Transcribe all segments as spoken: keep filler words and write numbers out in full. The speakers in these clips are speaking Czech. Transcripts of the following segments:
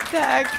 Tak.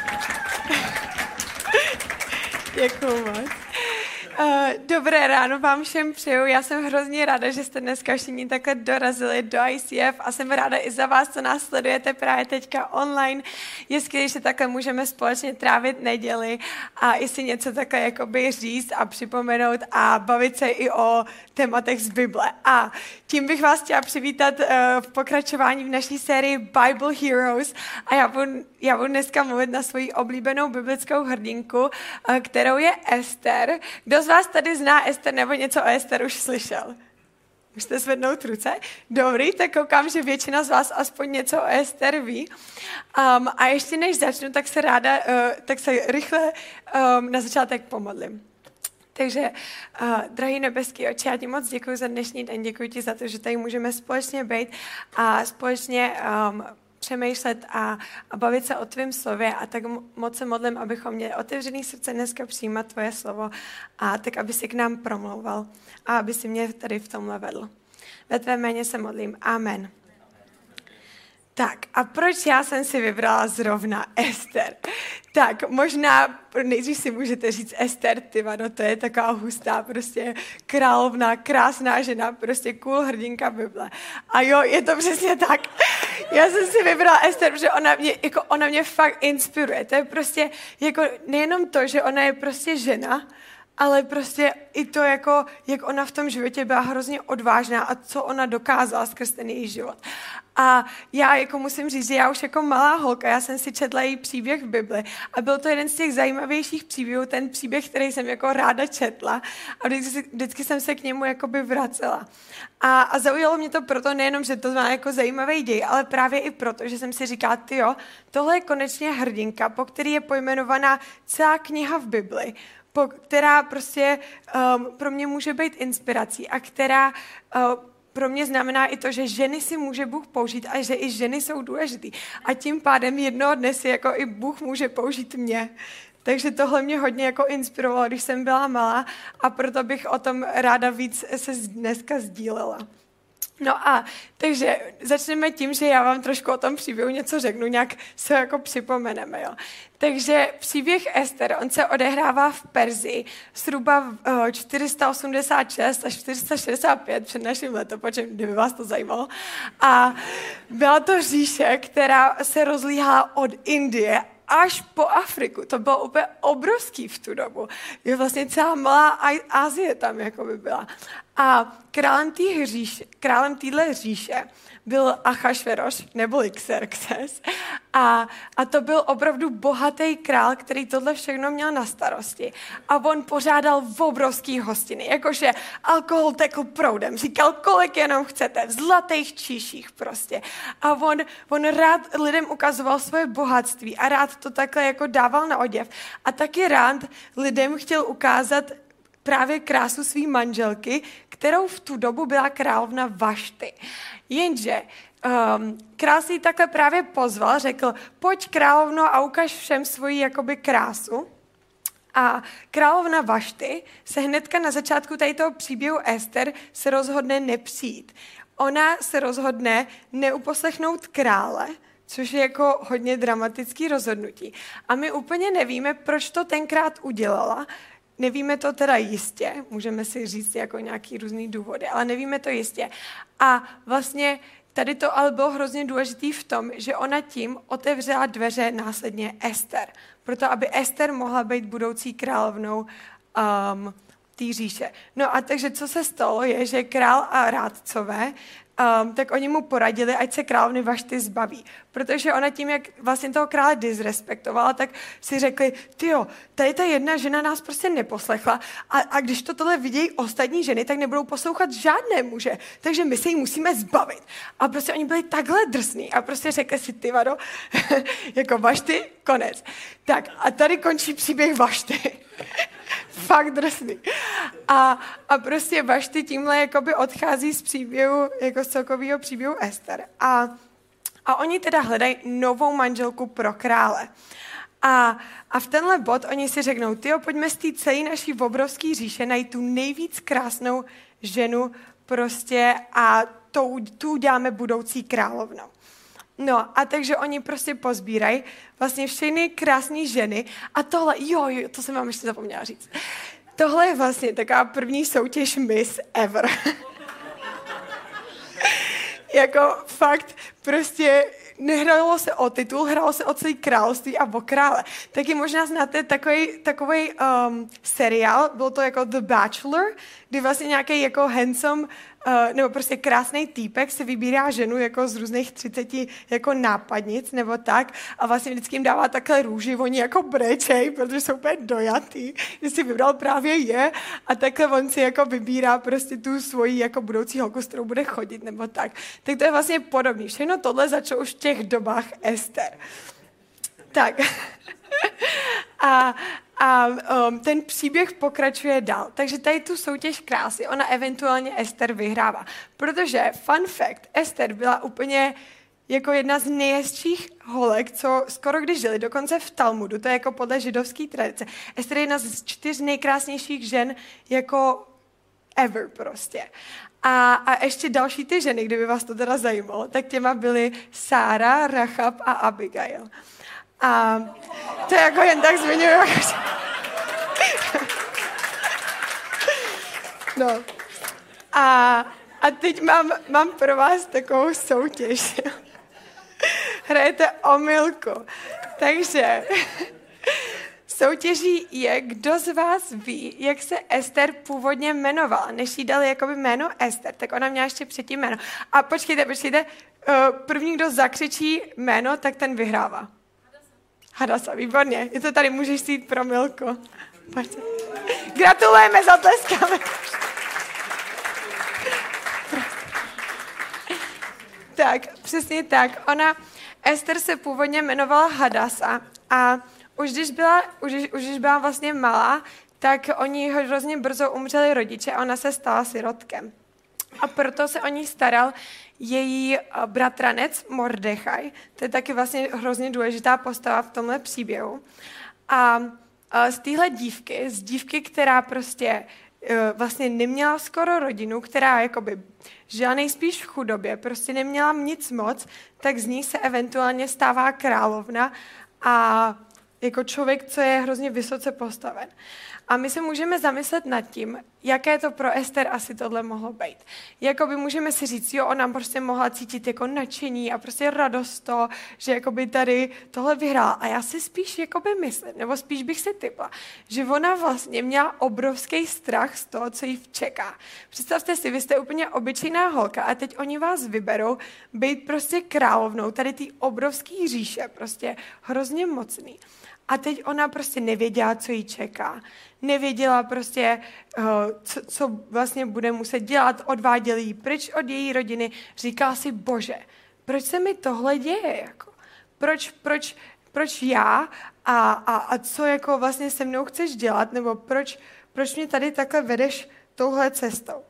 Děkuju moc. Uh, dobré ráno vám všem přeju. Já jsem hrozně ráda, že jste dneska všichni takhle dorazili do I C F a jsem ráda i za vás, co nás sledujete právě teďka online. Je skvělé, že takhle můžeme společně trávit neděli a i si něco takhle jakoby říct a připomenout a bavit se i o tématech z Bible. A tím bych vás chtěla přivítat uh, v pokračování v naší sérii Bible Heroes a já budu, já budu dneska mluvit na svoji oblíbenou biblickou hrdinku, uh, kterou je Ester. Kdo z vás tady zná Ester nebo něco o Ester už slyšel? Můžete zvednout ruce? Dobrý, tak koukám, že většina z vás aspoň něco o Ester ví. Um, a ještě než začnu, tak se ráda, uh, tak se rychle um, na začátek pomodlím. Takže, uh, drahý nebeský Otče, já ti moc děkuji za dnešní den, děkuji ti za to, že tady můžeme společně být a společně um, přemýšlet a, a bavit se o tvém slově a tak moc se modlím, abychom měli otevřený srdce dneska přijímat tvoje slovo a tak, aby si k nám promlouval a aby si mě tady v tomhle vedl. Ve tvé jméně se modlím. Amen. Tak a proč já jsem si vybrala zrovna Ester? Tak možná nejdřív si můžete říct Ester, tyva, no to je taková hustá, prostě královna, krásná žena, prostě cool hrdinka Bible. A jo, je to přesně tak. Já jsem si vybrala Ester, protože ona mě, jako ona mě fakt inspiruje. To je prostě jako nejenom to, že ona je prostě žena, ale prostě i to, jako, jak ona v tom životě byla hrozně odvážná a co ona dokázala skrz ten její život. A já jako musím říct, že já už jako malá holka, já jsem si četla její příběh v Bibli a byl to jeden z těch zajímavějších příběhů, ten příběh, který jsem jako ráda četla a vždycky, vždycky jsem se k němu jakoby vracela. A, a zaujalo mě to proto nejenom, že to má jako zajímavý děj, ale právě i proto, že jsem si říkala, tyjo, tohle je konečně hrdinka, po který je pojmenovaná celá kniha v Bibli, po, která prostě um, pro mě může být inspirací a která uh, pro mě znamená i to, že ženy si může Bůh použít a že i ženy jsou důležitý. A tím pádem jednoho dne si jako i Bůh může použít mě. Takže tohle mě hodně jako inspirovalo, když jsem byla malá a proto bych o tom ráda víc se dneska sdílela. No a takže začneme tím, že já vám trošku o tom příběhu něco řeknu, nějak se jako připomeneme, jo. Takže příběh Ester, on se odehrává v Perzii, zhruba v čtyři sta osmdesát šest až čtyři sta šedesát pět před naším letopočtem, kdyby vás to zajímalo. A byla to říše, která se rozlíhala od Indie až po Afriku. To bylo úplně obrovský v tu dobu. Je vlastně celá malá Asie tam jako by byla. A králem té říše, králem téhle říše byl Achašveroš, neboli Xerxes. A, a to byl opravdu bohatý král, který tohle všechno měl na starosti. A on pořádal obrovský hostiny, jakože alkohol tekl proudem. Říkal, kolik jenom chcete, v zlatých číších prostě. A on, on rád lidem ukazoval svoje bohatství a rád to takhle jako dával na oděv. A taky rád lidem chtěl ukázat právě krásu své manželky, kterou v tu dobu byla královna Vašty. Jenže um, král si ji takhle právě pozval, řekl, pojď královno a ukaž všem svoji jakoby krásu. A královna Vašty se hnedka na začátku tady toho příběhu Ester se rozhodne nepřijít. Ona se rozhodne neuposlechnout krále, což je jako hodně dramatický rozhodnutí. A my úplně nevíme, proč to tenkrát udělala. Nevíme to teda jistě, můžeme si říct jako nějaký různý důvody, ale nevíme to jistě. A vlastně tady to ale bylo hrozně důležitý v tom, že ona tím otevřela dveře následně Ester, proto aby Ester mohla být budoucí královnou um, té říše. No a takže co se stalo je, že král a rádcové Um, tak oni mu poradili, ať se královny Vašty zbaví. Protože ona tím, jak vlastně toho krále disrespektovala, tak si řekli, tyjo, tady ta jedna žena nás prostě neposlechla a, a když to tohle vidějí ostatní ženy, tak nebudou poslouchat žádné muže. Takže my se jí musíme zbavit. A prostě oni byli takhle drsní a prostě řekli si, ty vado, jako Vašty, konec. Tak a tady končí příběh Vašty. Fakt drsný. A, a prostě Vašty tímhle jakoby odchází z příběhu, jako z celkového příběhu Ester. A, a oni teda hledají novou manželku pro krále. A, a v tenhle bod oni si řeknou, tyjo, pojďme z té celé naší obrovské říše najít tu nejvíc krásnou ženu prostě a tu, tu dáme budoucí královnou. No a takže oni prostě pozbírají vlastně všechny krásné ženy a tohle, jo, jo, to jsem vám ještě zapomněla říct. Tohle je vlastně taková první soutěž Miss ever. Jako fakt prostě nehralo se o titul, hralo se o celý království a o krále. Taky možná znáte takový, takový um, seriál, byl to jako The Bachelor, kdy vlastně nějaký jako handsome, uh, nebo prostě krásný týpek se vybírá ženu jako z různých třiceti jako nápadnic nebo tak a vlastně vždycky jim dává takhle růži, oni jako brečej, protože jsou úplně dojatý, že si vybral právě je a takhle on si jako vybírá prostě tu svoji jako budoucí holku, s kterou bude chodit nebo tak. Tak to je vlastně podobný. Všechno tohle začalo už v těch dobách Ester. Tak. a A um, ten příběh pokračuje dál. Takže tady tu soutěž krásy, ona eventuálně Ester vyhrává. Protože, fun fact, Ester byla úplně jako jedna z nejhezčích holek, co skoro když žili, dokonce v Talmudu, to je jako podle židovské tradice. Ester je jedna z čtyř nejkrásnějších žen jako ever prostě. A, a ještě další ty ženy, kdyby vás to teda zajímalo, tak těma byly Sára, Rachab a Abigail. A to je jako jen tak zmiňuji. No. A, a teď mám, mám pro vás takovou soutěž. Hrajete omylku. Takže soutěží je, kdo z vás ví, jak se Ester původně jmenovala. Než jí dali jakoby jméno Ester, tak ona měla ještě předtím jméno. A počkejte, počkejte, první, kdo zakřičí jméno, tak ten vyhrává. Hadasa, výborně. Je to tady, můžeš si jít pro Milku. Pojďte. Gratulujeme, zatleskáme. Tak, přesně tak. Ona, Ester se původně jmenovala Hadasa a už když byla, už, už když byla vlastně malá, tak oni hrozně brzo umřeli rodiče a ona se stala sirotkem. A proto se o ní staral její bratranec Mordechaj. To je taky vlastně hrozně důležitá postava v tomhle příběhu. A z téhle dívky, z dívky, která prostě vlastně neměla skoro rodinu, která jakoby žila nejspíš v chudobě, prostě neměla nic moc, tak z ní se eventuálně stává královna a jako člověk, co je hrozně vysoce postaven. A my se můžeme zamyslet nad tím, jaké to pro Ester asi tohle mohlo být. Jakoby můžeme si říct, jo, ona prostě mohla cítit jako nadšení a prostě radost to, že jakoby tady tohle vyhrála. A já si spíš jakoby myslím, nebo spíš bych si typla, že ona vlastně měla obrovský strach z toho, co jí čeká. Představte si, vy jste úplně obyčejná holka a teď oni vás vyberou být prostě královnou tady ty obrovský říše, prostě hrozně mocný. A teď ona prostě nevěděla, co jí čeká. Nevěděla prostě, co, co vlastně bude muset dělat, odváděl jí pryč od její rodiny. Říkala si, bože, proč se mi tohle děje? Jako? Proč, proč, proč já a, a, a co jako vlastně se mnou chceš dělat? Nebo proč, proč mě tady takhle vedeš touhle cestou?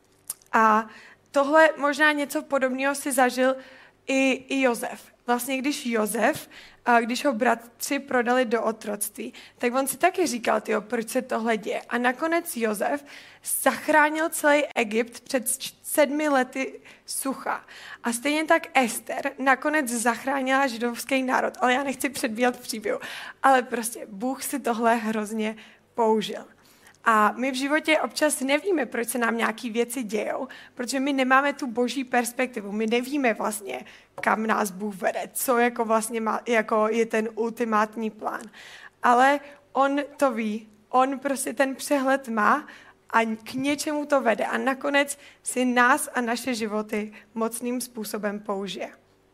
A tohle možná něco podobného si zažil i, i Josef. Vlastně když Josef, když ho bratři prodali do otroctví, tak on si taky říkal, tyjo, proč se tohle děje. A nakonec Josef zachránil celý Egypt před sedmi lety sucha. A stejně tak Ester nakonec zachránila židovský národ. Ale já nechci předbíhat příběhu. Ale prostě Bůh si tohle hrozně použil. A my v životě občas nevíme, proč se nám nějaké věci dějou, protože my nemáme tu boží perspektivu. My nevíme vlastně, kam nás Bůh vede, co jako vlastně má, jako je ten ultimátní plán. Ale on to ví, on prostě ten přehled má a k něčemu to vede. A nakonec si nás a naše životy mocným způsobem použije.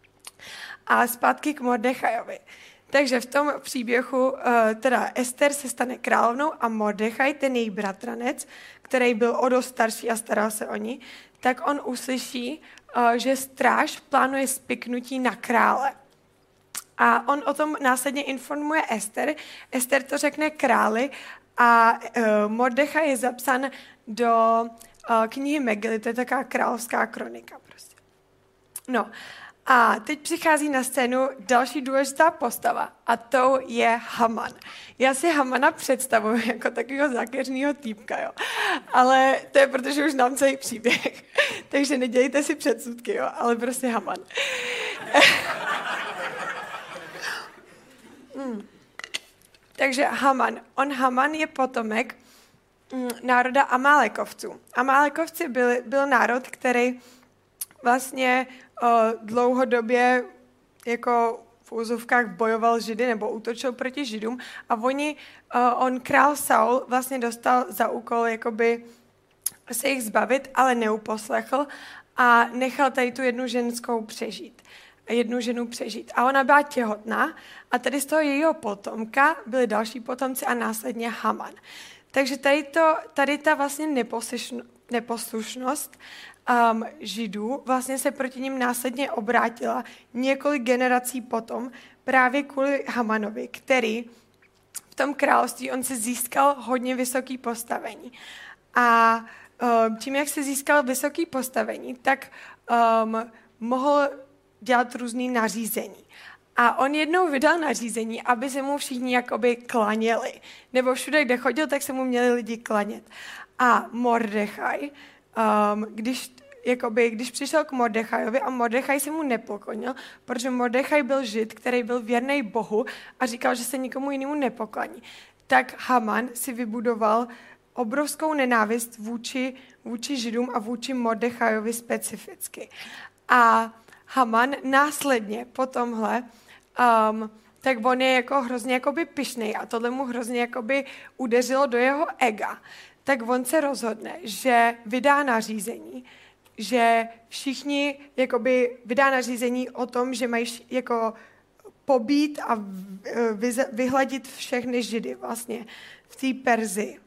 A zpátky k Mordechajovi. Takže v tom příběhu teda Ester se stane královnou a Mordechaj, ten její bratranec, který byl o dost starší a staral se o ní, tak on uslyší, že stráž plánuje spiknutí na krále. A on o tom následně informuje Ester. Ester to řekne králi a Mordechaj je zapsán do knihy Megily, to je taková královská kronika prostě. No, a teď přichází na scénu další důležitá postava a to je Haman. Já si Hamana představuji jako takového zákeřného týpka, jo. Ale to je, protože už znám celý příběh. Takže nedělejte si předsudky, jo, ale prostě Haman. hmm. Takže Haman. On Haman je potomek mm, národa Amálekovců. Amálekovci byli, byl národ, který vlastně uh, dlouhodobě jako v úzovkách bojoval Židy nebo útočil proti Židům a oni, uh, on král Saul vlastně dostal za úkol jakoby se jich zbavit, ale neuposlechl a nechal tady tu jednu ženskou přežít. jednu ženu přežít. A ona byla těhotná a tady z toho jejího potomka byli další potomci a následně Haman. Takže tady, to, tady ta vlastně neposlušnost um, Židů vlastně se proti ním následně obrátila několik generací potom právě kvůli Hamanovi, který v tom království, on si získal hodně vysoký postavení. A um, tím, jak si získal vysoký postavení, tak um, mohl dělat různý nařízení. A on jednou vydal nařízení, aby se mu všichni jakoby klaněli. Nebo všude, kde chodil, tak se mu měli lidi klanět. A Mordechaj, um, když, jakoby, když přišel k Mordechajovi a Mordechaj se mu nepoklonil, protože Mordechaj byl Žid, který byl věrný Bohu a říkal, že se nikomu jinému nepokloní, tak Haman si vybudoval obrovskou nenávist vůči, vůči Židům a vůči Mordechajovi specificky. A Haman následně po tomhle, um, tak on je jako hrozně jakoby pyšnej a tohle mu hrozně jakoby udeřilo do jeho ega. Tak on se rozhodne, že vydá nařízení, že všichni jakoby vydá nařízení o tom, že mají jako pobít a vyhladit všechny Židy vlastně v té Perzii.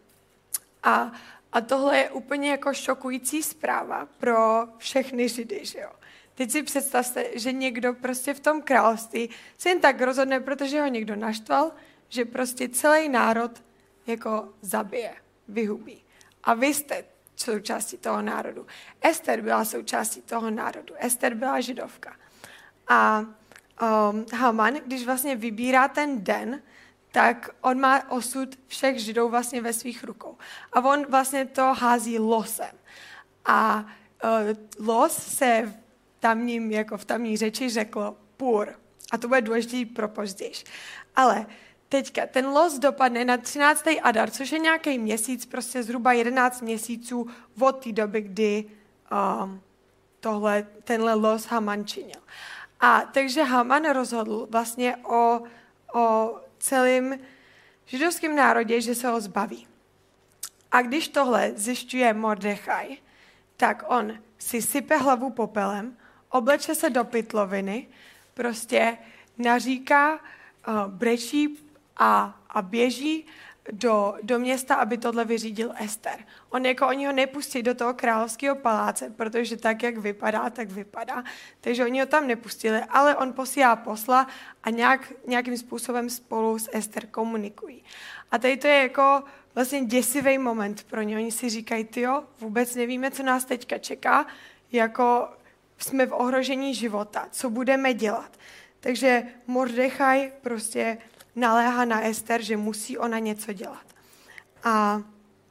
A, a tohle je úplně jako šokující zpráva pro všechny Židy, že jo. Teď si představte, že někdo prostě v tom království se jen tak rozhodne, protože ho někdo naštval, že prostě celý národ jako zabije, vyhubí. A vy jste součástí toho národu. Ester byla součástí toho národu. Ester byla Židovka. A um, Haman, když vlastně vybírá ten den, tak on má osud všech Židů vlastně ve svých rukou. A on vlastně to hází losem. A uh, los se tamním, jako v tamní řeči řeklo pur. A to bude důležitý pro později. Ale teďka ten los dopadne na třináctý Adar, což je nějaký měsíc, prostě zhruba jedenáct měsíců od té doby, kdy um, tohle, tenhle los Haman činil. A takže Haman rozhodl vlastně o, o celém židovském národě, že se ho zbaví. A když tohle zjišťuje Mordechaj, tak on si sype hlavu popelem, obleče se do pytloviny, prostě naříká, uh, brečí a, a běží do, do města, aby tohle vyřídil Ester. On jako oni ho nepustí do toho královského paláce, protože tak, jak vypadá, tak vypadá. Takže oni ho tam nepustili, ale on posílá posla a nějak, nějakým způsobem spolu s Ester komunikují. A tady to je jako vlastně děsivý moment pro ně. Oni si říkají, tyjo, vůbec nevíme, co nás teďka čeká, jako jsme v ohrožení života, co budeme dělat. Takže Mordechaj prostě naléhá na Ester, že musí ona něco dělat. A,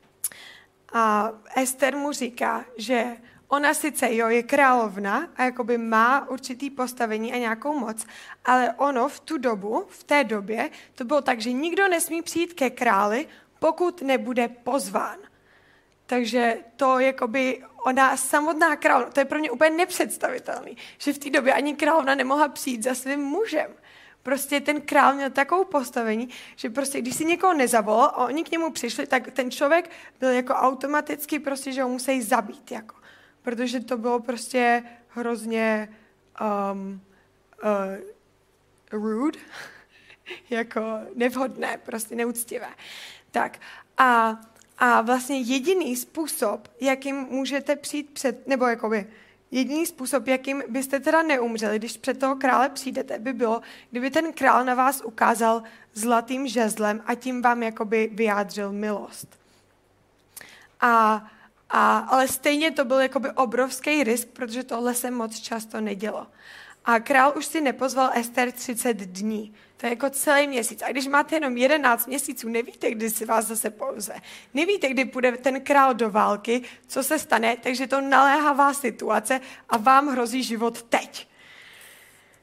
a Ester mu říká, že ona sice jo, je královna a jakoby má určitý postavení a nějakou moc, ale ono v tu dobu, v té době, to bylo tak, že nikdo nesmí přijít ke králi, pokud nebude pozván. Takže to jakoby ona samotná královna, to je pro mě úplně nepředstavitelný, že v té době ani královna nemohla přijít za svým mužem. Prostě ten král měl takovou postavení, že prostě když si někoho nezavolal a oni k němu přišli, tak ten člověk byl jako automaticky prostě, že ho musí zabít, jako. Protože to bylo prostě hrozně um, uh, rude, jako nevhodné, prostě neúctivé. Tak a A vlastně jediný způsob, jakým můžete přijít před, nebo jakoby jediný způsob, jakým byste teda neumřeli, když před toho krále přijdete, by bylo, kdyby ten král na vás ukázal zlatým žezlem a tím vám jakoby vyjádřil milost. A, a, ale stejně to byl jakoby obrovský risk, protože tohle se moc často nedělo. A král už si nepozval Ester třicet dní. To je jako celý měsíc. A když máte jenom jedenáct měsíců, nevíte, kdy si vás zase pozve. Nevíte, kdy půjde ten král do války, co se stane, takže to naléhavá situace a vám hrozí život teď.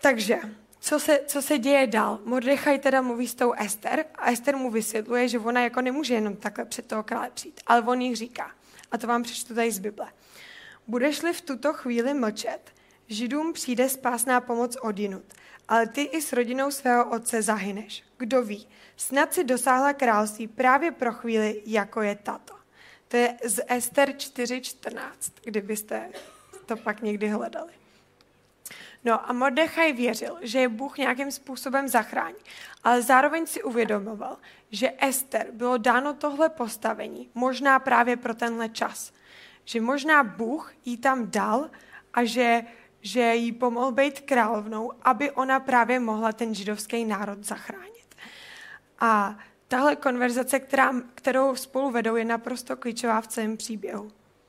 takže, co se, co se děje dál? Mordechaj teda mluví s tou Ester a Ester mu vysvětluje, že ona jako nemůže jenom takhle před toho krále přijít, ale on jí říká, a to vám přečtu tady z Bible. Budeš-li v tuto chvíli mlčet, Židům přijde spásná pomoc odjinud, ale ty i s rodinou svého otce zahyneš. Kdo ví, snad si dosáhla království právě pro chvíli, jako je tato. To je z Ester čtyři čtrnáct, kdybyste to pak někdy hledali. No a Mordechaj věřil, že je Bůh nějakým způsobem zachrání, ale zároveň si uvědomoval, že Ester bylo dáno tohle postavení možná právě pro tenhle čas. Že možná Bůh jí tam dal a že, že jí pomohl být královnou, aby ona právě mohla ten židovský národ zachránit. A tahle konverzace, která, kterou spolu vedou, je naprosto klíčová v celém příběhu.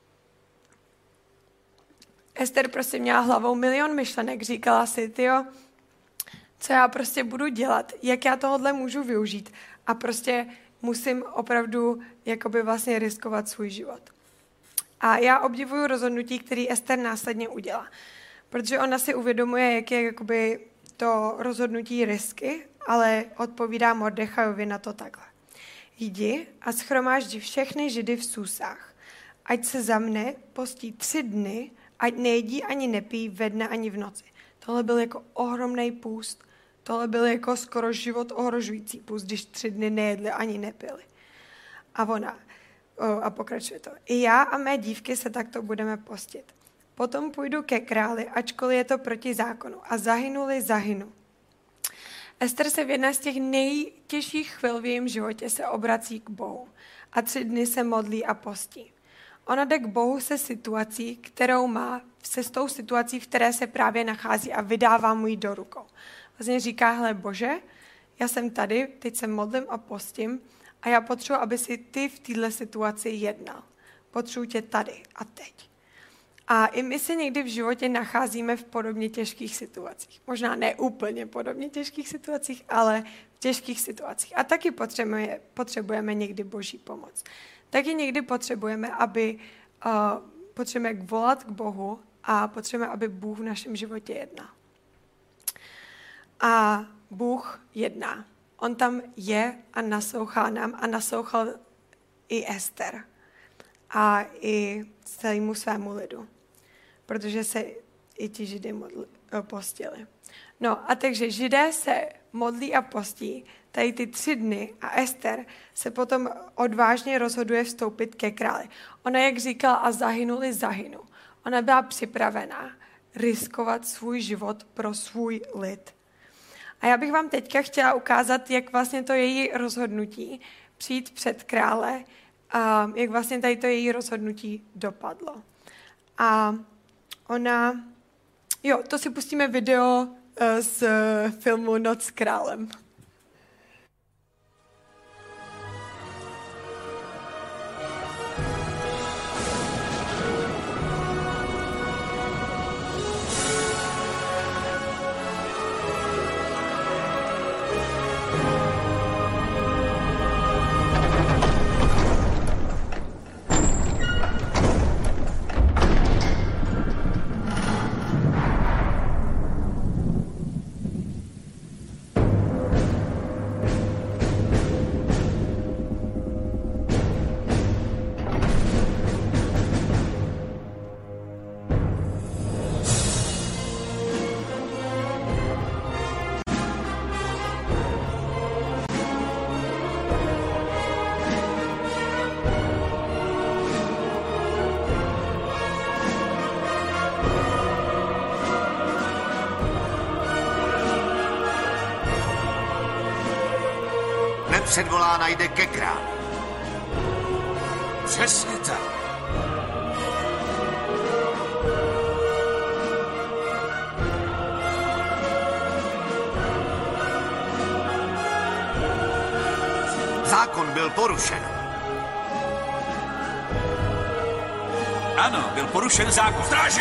Ester prostě měla hlavou milion myšlenek, říkala si, tyjo, co já prostě budu dělat, jak já tohle můžu využít a prostě musím opravdu jakoby vlastně riskovat svůj život. A já obdivuju rozhodnutí, který Ester následně udělá, protože ona si uvědomuje, jak je jakoby to rozhodnutí risky, ale odpovídá Mordechajovi na to takhle. Jdi a shromáždi všechny Židy v Susách, ať se za mne postí tři dny, ať nejedí ani nepí ve dne ani v noci. Tohle byl jako ohromný půst. Tohle byl jako skoro život ohrožující půst, když tři dny nejedli ani nepili. A ona, o, a pokračuje to. I já a mé dívky se takto budeme postit. Potom půjdu ke králi, ačkoliv je to proti zákonu. A zahynuli, zahynu. Ester se v jedné z těch nejtěžších chvil v jejím životě se obrací k Bohu. A tři dny se modlí a postí. Ona jde k Bohu se situací, kterou má, se s tou situací, v které se právě nachází a vydává mu ji do rukou. Vlastně říká, hele Bože, já jsem tady, teď se modlím a postím a já potřebuji, aby si ty v této situaci jednal. Potřebuji tě tady a teď. A i my se někdy v životě nacházíme v podobně těžkých situacích. Možná ne úplně podobně těžkých situacích, ale v těžkých situacích. A taky potřebujeme, potřebujeme někdy Boží pomoc. Taky někdy potřebujeme, aby uh, potřebujeme volat k Bohu a potřebujeme, aby Bůh v našem životě jednal. A Bůh jedná. On tam je a naslouchá nám a naslouchal i Ester a i celému svému lidu, protože se i ti Židé modli, postili. No a takže Židé se modlí a postí tady ty tři dny a Ester se potom odvážně rozhoduje vstoupit ke králi. Ona, jak říkala, a zahynuli, zahynu. Ona byla připravená riskovat svůj život pro svůj lid. A já bych vám teďka chtěla ukázat, jak vlastně to její rozhodnutí přijít před krále, a jak vlastně tady to její rozhodnutí dopadlo. A ona, jo, to si pustíme video z filmu Noc s králem. Předvolána jde ke králi. Přesně tak. Zákon byl porušen. Ano, byl porušen zákon. Stráže!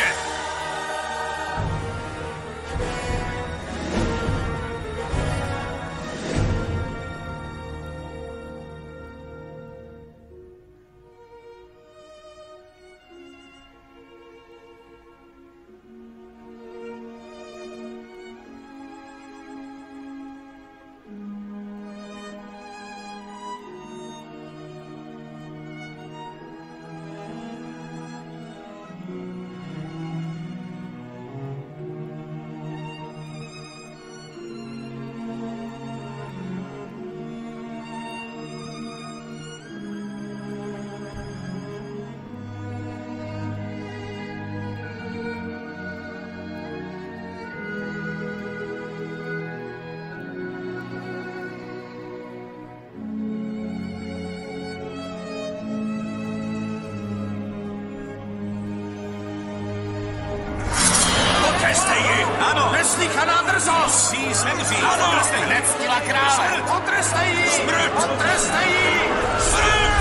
Neslýchaná drzost! Musí zemřít! Ano! Nectila krále! Potrestej ji! Smrt! Potrestej ji! Smrt!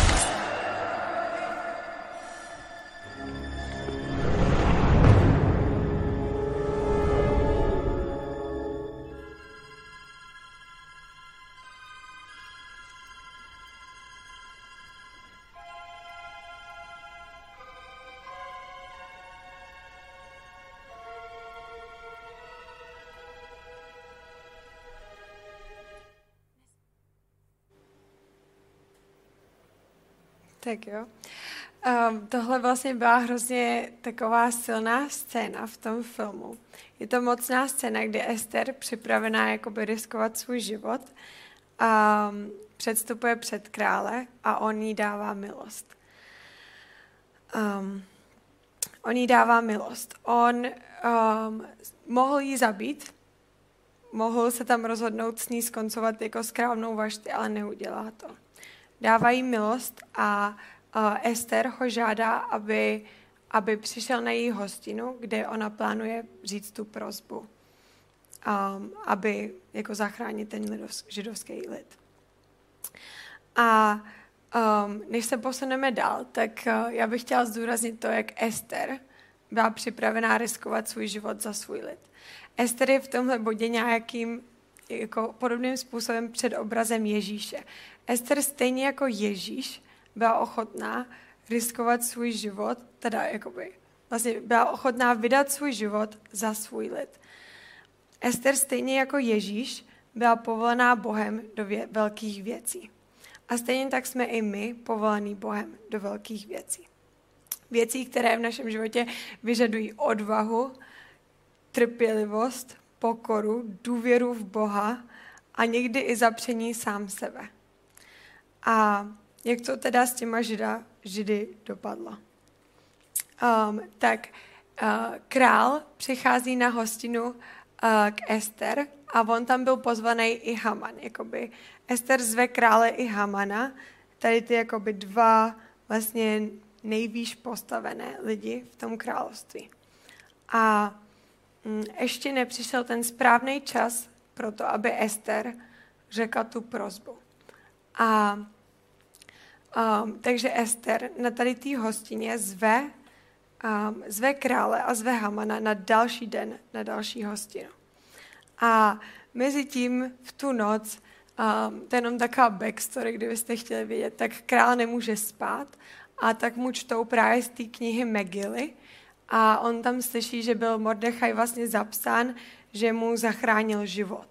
Tak jo. Um, tohle vlastně byla hrozně taková silná scéna v tom filmu. Je to mocná scéna, kdy Ester, připravená jakoby riskovat svůj život, um, předstupuje před krále a on jí dává milost. Um, on jí dává milost. On um, mohl jí zabít, mohl se tam rozhodnout s ní skoncovat jako s královnou Vašty, ale neudělá to. Dává jí milost a uh, Ester ho žádá, aby, aby přišel na její hostinu, kde ona plánuje říct tu prosbu, um, aby jako zachránit ten lidovsk, židovský lid. A um, než se posuneme dál, tak uh, já bych chtěla zdůraznit to, jak Ester byla připravená riskovat svůj život za svůj lid. Ester je v tomhle bodě nějakým jako podobným způsobem před obrazem Ježíše. Ester stejně jako Ježíš byla ochotná riskovat svůj život, teda jakoby, vlastně byla ochotná vydat svůj život za svůj lid. Ester stejně jako Ježíš byla povolaná Bohem do vě- velkých věcí. A stejně tak jsme i my povolaní Bohem do velkých věcí. Věcí, které v našem životě vyžadují odvahu, trpělivost, pokoru, důvěru v Boha a někdy i zapření sám sebe. A jak to teda s těma žida, židy dopadlo? Um, tak uh, král přichází na hostinu uh, k Ester a on tam byl pozvaný i Haman. Jakoby Ester zve krále i Hamana, tady ty jakoby dva vlastně nejvýš postavené lidi v tom království. A um, ještě nepřišel ten správný čas pro to, aby Ester řekla tu prosbu. A Um, takže Ester na tady té hostině zve, um, zve krále a zve Hamana na další den, na další hostinu. A mezi tím v tu noc, um, to je jenom taková backstory, kdybyste chtěli vědět, tak král nemůže spát a tak mu čtou právě z té knihy Megily a on tam slyší, že byl Mordechaj vlastně zapsán, že mu zachránil život.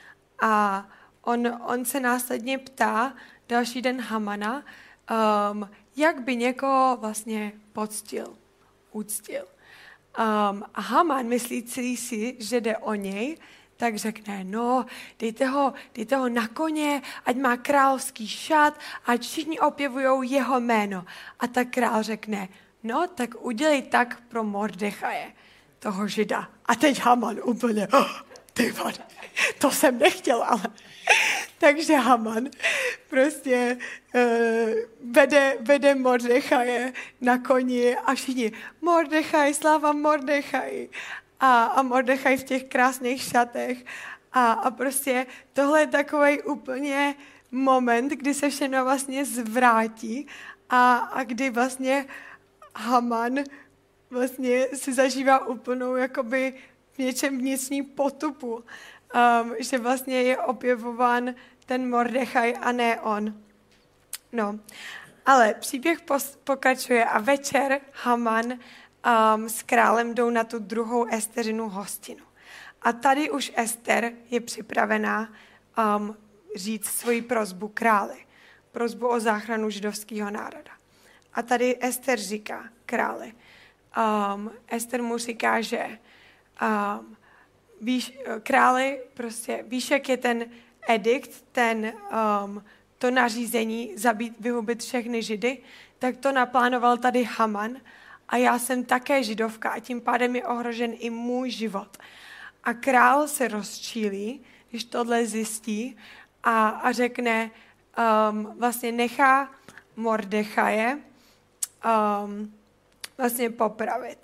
A on, on se následně ptá další den Hamana, Um, jak by někoho vlastně poctil, uctil. Um, a Haman, myslící si, že jde o něj, tak řekne, no, dejte ho, dejte ho na koně, ať má královský šat, ať všichni opěvujou jeho jméno. A tak král řekne, no, tak udělej tak pro Mordechaje, toho žida. A teď Haman úplně, oh, ty vole, to jsem nechtěl, ale... Takže Haman prostě uh, vede, vede Mordechaje na koni a všichni Mordechaj, sláva Mordechaj. A, a Mordechaj v těch krásných šatech. A, a prostě tohle je takový úplně moment, kdy se všechno vlastně zvrátí a, a kdy vlastně Haman vlastně si zažívá úplnou jakoby v něčem vnitřní potupu. Um, že vlastně je opěvován ten Mordechaj a ne on. No, ale příběh pos- pokračuje a večer Haman um, s králem jdou na tu druhou Esterinu hostinu. A tady už Ester je připravená um, říct svoji prosbu králi. Prosbu o záchranu židovského národa. A tady Ester říká králi. Um, Ester mu říká, že um, víš, králi, prostě víš, jak je ten edikt, ten, um, to nařízení zabít, vyhubit všechny židy, tak to naplánoval tady Haman a já jsem také židovka a tím pádem je ohrožen i můj život. A král se rozčílí, když tohle zjistí a, a řekne, um, vlastně nechá Mordechaje um, vlastně popravit.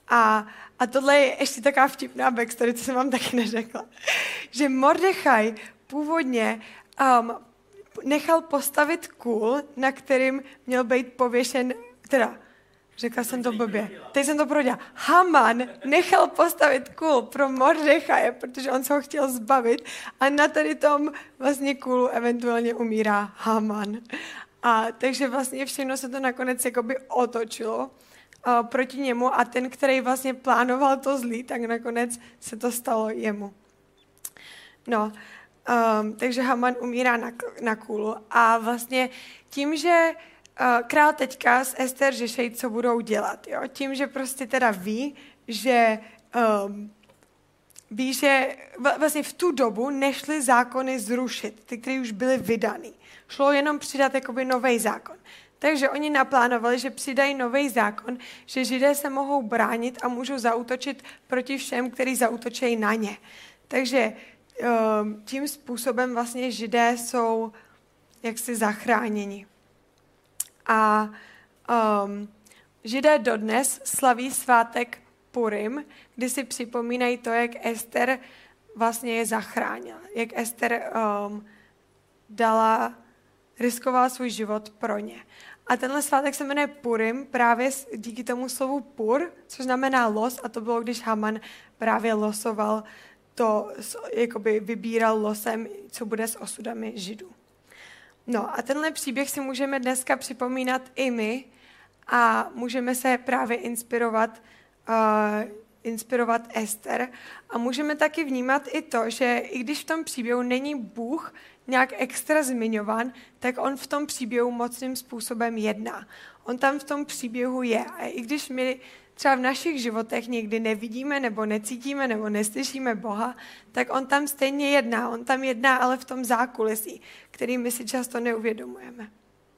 A, a tohle je ještě taková vtipná backstory, co jsem vám taky neřekla. Že Mordechaj původně um, nechal postavit kůl, na kterým měl být pověšen, teda, řekla jsem to blbě, teď jsem to prodělala. Haman nechal postavit kůl pro Mordechaje, protože on se ho chtěl zbavit a na tady tom vlastně kůlu eventuálně umírá Haman. A takže vlastně všechno se to nakonec jakoby otočilo uh, proti němu a ten, který vlastně plánoval to zlý, tak nakonec se to stalo jemu. No, um, takže Haman umírá na, na kůlu a vlastně tím, že uh, král teďka s Ester řeší, co budou dělat, jo? Tím, že prostě teda ví, že um, ví, že vlastně v tu dobu nešly zákony zrušit, ty, které už byly vydaný. Šlo jenom přidat jakoby nový zákon. Takže oni naplánovali, že přidají nový zákon, že Židé se mohou bránit a můžou zaútočit proti všem, kteří zaútočí na ně. Takže um, tím způsobem vlastně Židé jsou jaksi zachráněni. A um, Židé dodnes slaví svátek Purim, kdy si připomínají to, jak Ester vlastně je zachránila. Jak Ester um, dala, riskovala svůj život pro ně. A tenhle svátek se jmenuje Purim právě díky tomu slovu pur, což znamená los, a to bylo, když Haman právě losoval to, jakoby vybíral losem, co bude s osudami Židů. No a tenhle příběh si můžeme dneska připomínat i my a můžeme se právě inspirovat uh, inspirovat Ester a můžeme taky vnímat i to, že i když v tom příběhu není Bůh nějak extra zmiňovan, tak on v tom příběhu mocným způsobem jedná. On tam v tom příběhu je. A i když my třeba v našich životech někdy nevidíme nebo necítíme nebo neslyšíme Boha, tak on tam stejně jedná. On tam jedná, ale v tom zákulisí, který my si často neuvědomujeme.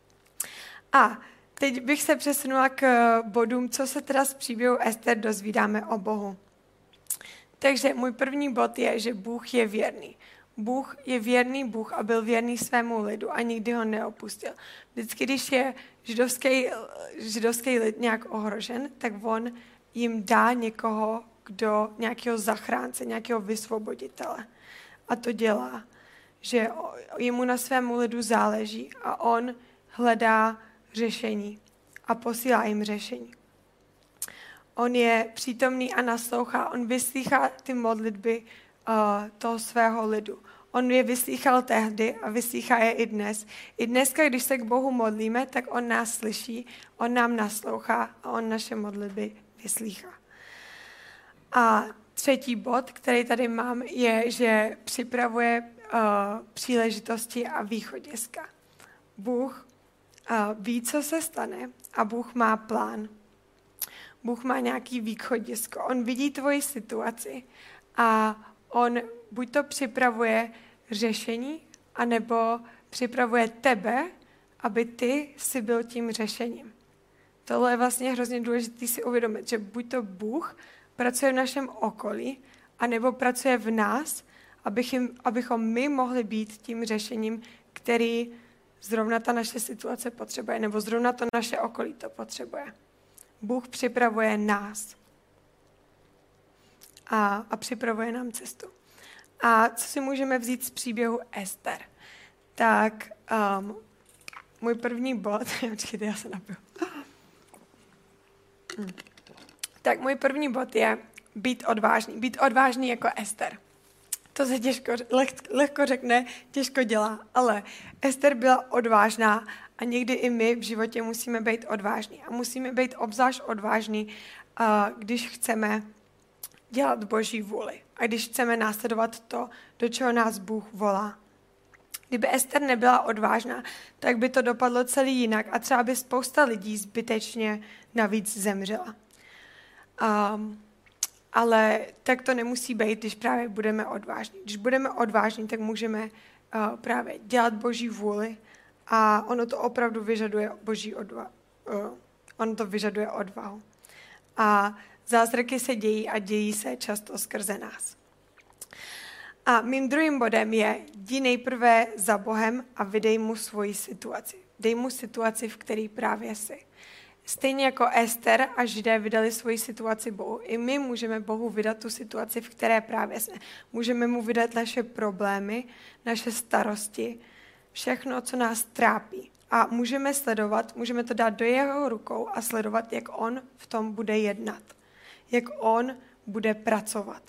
A teď bych se přesunula k bodům, co se teda z příběhu Ester dozvídáme o Bohu. Takže můj první bod je, že Bůh je věrný. Bůh je věrný Bůh a byl věrný svému lidu a nikdy ho neopustil. Vždycky, když je židovský, židovský lid nějak ohrožen, tak on jim dá někoho, kdo, nějakého zachránce, nějakého vysvoboditele. A to dělá, že jemu na svému lidu záleží a on hledá řešení a posílá jim řešení. On je přítomný a naslouchá, on vyslýchá ty modlitby uh, toho svého lidu. On je vyslýchal tehdy a vyslýchá je i dnes. I dneska, když se k Bohu modlíme, tak on nás slyší, on nám naslouchá a on naše modlitby vyslýchá. A třetí bod, který tady mám, je, že připravuje uh, příležitosti a východiska. Bůh uh, ví, co se stane a Bůh má plán. Bůh má nějaký východisko. On vidí tvoji situaci a on buď to připravuje řešení, anebo připravuje tebe, aby ty si byl tím řešením. Tohle je vlastně hrozně důležité si uvědomit, že buď to Bůh pracuje v našem okolí, anebo pracuje v nás, abychom, abychom my mohli být tím řešením, který zrovna ta naše situace potřebuje, nebo zrovna to naše okolí to potřebuje. Bůh připravuje nás a, a připravuje nám cestu. A co si můžeme vzít z příběhu Ester? Tak um, můj první bod, počkejte, já se napiju. Hmm. Tak můj první bod je být odvážný. Být odvážný jako Ester. To se těžko, leh, lehko řekne, těžko dělá, ale Ester byla odvážná a někdy i my v životě musíme být odvážní. A musíme být obzvlášť odvážní, uh, když chceme dělat Boží vůli a když chceme následovat to, do čeho nás Bůh volá. Kdyby Ester nebyla odvážná, tak by to dopadlo celý jinak a třeba by spousta lidí zbytečně navíc zemřela. Um, ale tak to nemusí být, když právě budeme odvážní. Když budeme odvážní, tak můžeme uh, právě dělat Boží vůli a ono to opravdu vyžaduje Boží odvahu. Uh, ono to vyžaduje odvahu. A zázraky se dějí a dějí se často skrze nás. A mým druhým bodem je, jdi nejprve za Bohem a vydej mu svoji situaci. Dej mu situaci, v které právě jsi. Stejně jako Ester a Židé vydali svoji situaci Bohu, i my můžeme Bohu vydat tu situaci, v které právě jsme. Můžeme mu vydat naše problémy, naše starosti, všechno, co nás trápí. A můžeme sledovat, můžeme to dát do jeho rukou a sledovat, jak on v tom bude jednat. Jak on bude pracovat.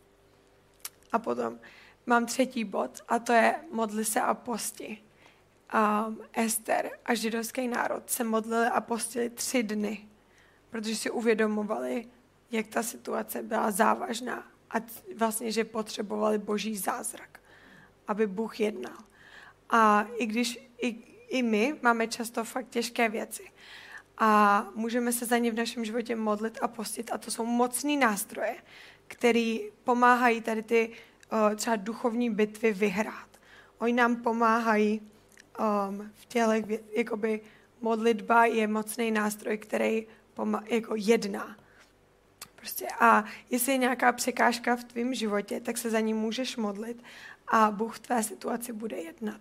A potom mám třetí bod a to je modli se a posti. Um, Ester a židovský národ se modlili a postili tři dny, protože si uvědomovali, jak ta situace byla závažná a vlastně, že potřebovali boží zázrak, aby Bůh jednal. A i když i, i my máme často fakt těžké věci a můžeme se za ně v našem životě modlit a postit a to jsou mocný nástroje, které pomáhají tady ty uh, třeba duchovní bitvy vyhrát. Oni nám pomáhají Um, v těle, jakoby modlitba je mocný nástroj, který pomá, jako jedná. Prostě a jestli je nějaká překážka v tvém životě, tak se za ní můžeš modlit a Bůh v tvé situaci bude jednat.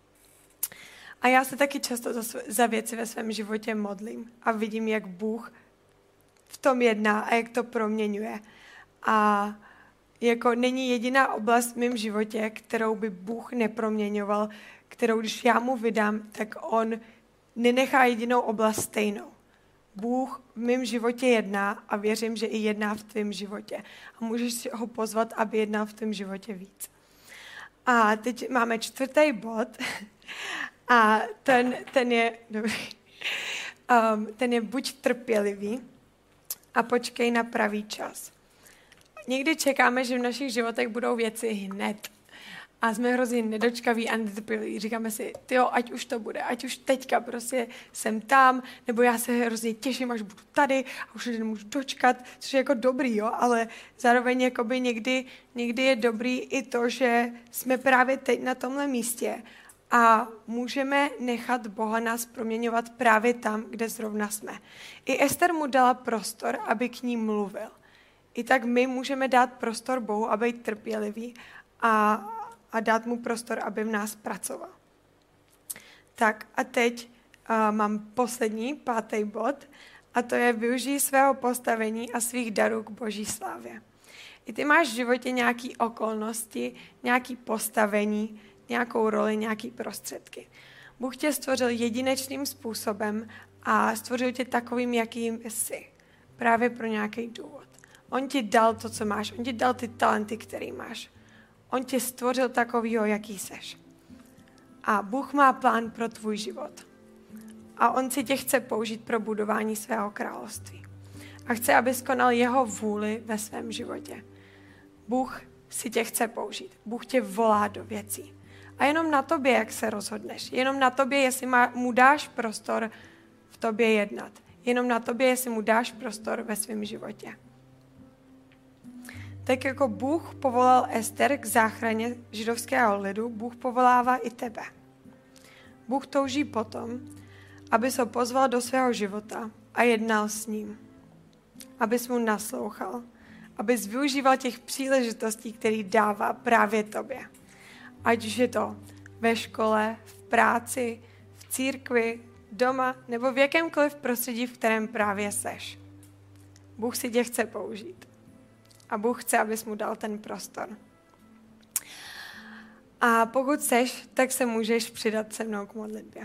A já se taky často za, své, za věci ve svém životě modlím a vidím, jak Bůh v tom jedná a jak to proměňuje. A jako není jediná oblast v mém životě, kterou by Bůh neproměňoval, kterou když já mu vydám, tak on nenechá jedinou oblast stejnou. Bůh v mém životě jedná a věřím, že i jedná v tvém životě. A můžeš si ho pozvat, aby jednal v tvém životě víc. A teď máme čtvrtý bod a ten, ten je dobrý. Um, ten je buď trpělivý a počkej na pravý čas. Někdy čekáme, že v našich životech budou věci hned. A jsme hrozně nedočkaví a netrpěliví. Říkáme si, tyjo, ať už to bude, ať už teďka prostě jsem tam, nebo já se hrozně těším, až budu tady a už nemůžu dočkat, což je jako dobrý, jo, ale zároveň jakoby někdy, někdy je dobrý i to, že jsme právě teď na tomhle místě a můžeme nechat Boha nás proměňovat právě tam, kde zrovna jsme. I Ester mu dala prostor, aby k ní mluvil. I tak my můžeme dát prostor Bohu, aby být trpělivý a a dát mu prostor, aby v nás pracoval. Tak a teď uh, mám poslední, pátý bod, a to je využij svého postavení a svých darů k boží slávě. I ty máš v životě nějaké okolnosti, nějaké postavení, nějakou roli, nějaké prostředky. Bůh tě stvořil jedinečným způsobem a stvořil tě takovým, jakým jsi. Právě pro nějaký důvod. On ti dal to, co máš. On ti dal ty talenty, které máš. On tě stvořil takovýho, jaký seš. A Bůh má plán pro tvůj život. A on si tě chce použít pro budování svého království. A chce, abys konal jeho vůli ve svém životě. Bůh si tě chce použít. Bůh tě volá do věcí. A jenom na tobě, jak se rozhodneš. Jenom na tobě, jestli mu dáš prostor v tobě jednat. Jenom na tobě, jestli mu dáš prostor ve svém životě. Tak jako Bůh povolal Ester k záchraně židovského lidu, Bůh povolává i tebe. Bůh touží potom, abys ho pozval do svého života a jednal s ním. Abys mu naslouchal. Abys využíval těch příležitostí, které dává právě tobě. Ať už je to ve škole, v práci, v církvi, doma nebo v jakémkoliv prostředí, v kterém právě seš. Bůh si tě chce použít. A Bůh chce, abys mu dal ten prostor. A pokud seš, tak se můžeš přidat se mnou k modlitbě.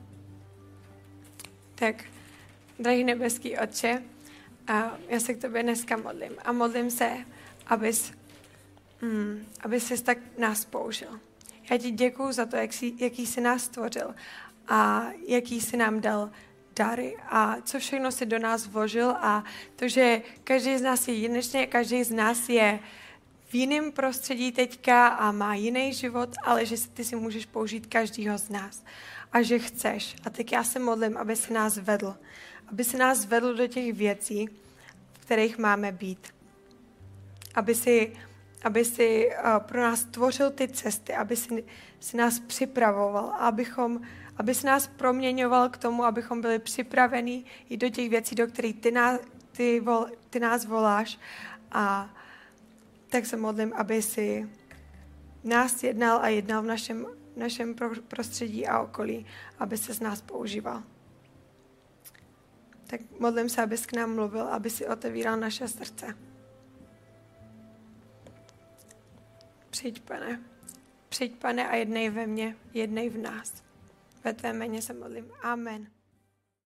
Tak, drahý nebeský Otče, a já se k tobě dneska modlím. A modlím se, abys, mm, abys jsi tak nás použil. Já ti děkuju za to, jak jsi, jaký jsi nás stvořil a jaký jsi nám dal dary a co všechno si do nás vložil a to, že každý z nás je jedinečný, každý z nás je v jiném prostředí teďka a má jiný život, ale že ty si můžeš použít každýho z nás a že chceš. A tak já se modlím, aby si nás vedl. Aby si nás vedl do těch věcí, v kterých máme být. Aby si, aby si uh, pro nás tvořil ty cesty, aby si, si nás připravoval, abychom aby se nás proměňoval k tomu, abychom byli připraveni i do těch věcí, do kterých ty nás, ty, vol, ty nás voláš. A tak se modlím, aby si nás jednal a jednal v našem, našem prostředí a okolí, aby se z nás používal. tak modlím se, abys k nám mluvil, aby si otevíral naše srdce. Přijď, Pane. Přijď, Pane, a jednej ve mně, jednej v nás. Ve tvém jméně se modlím. Amen.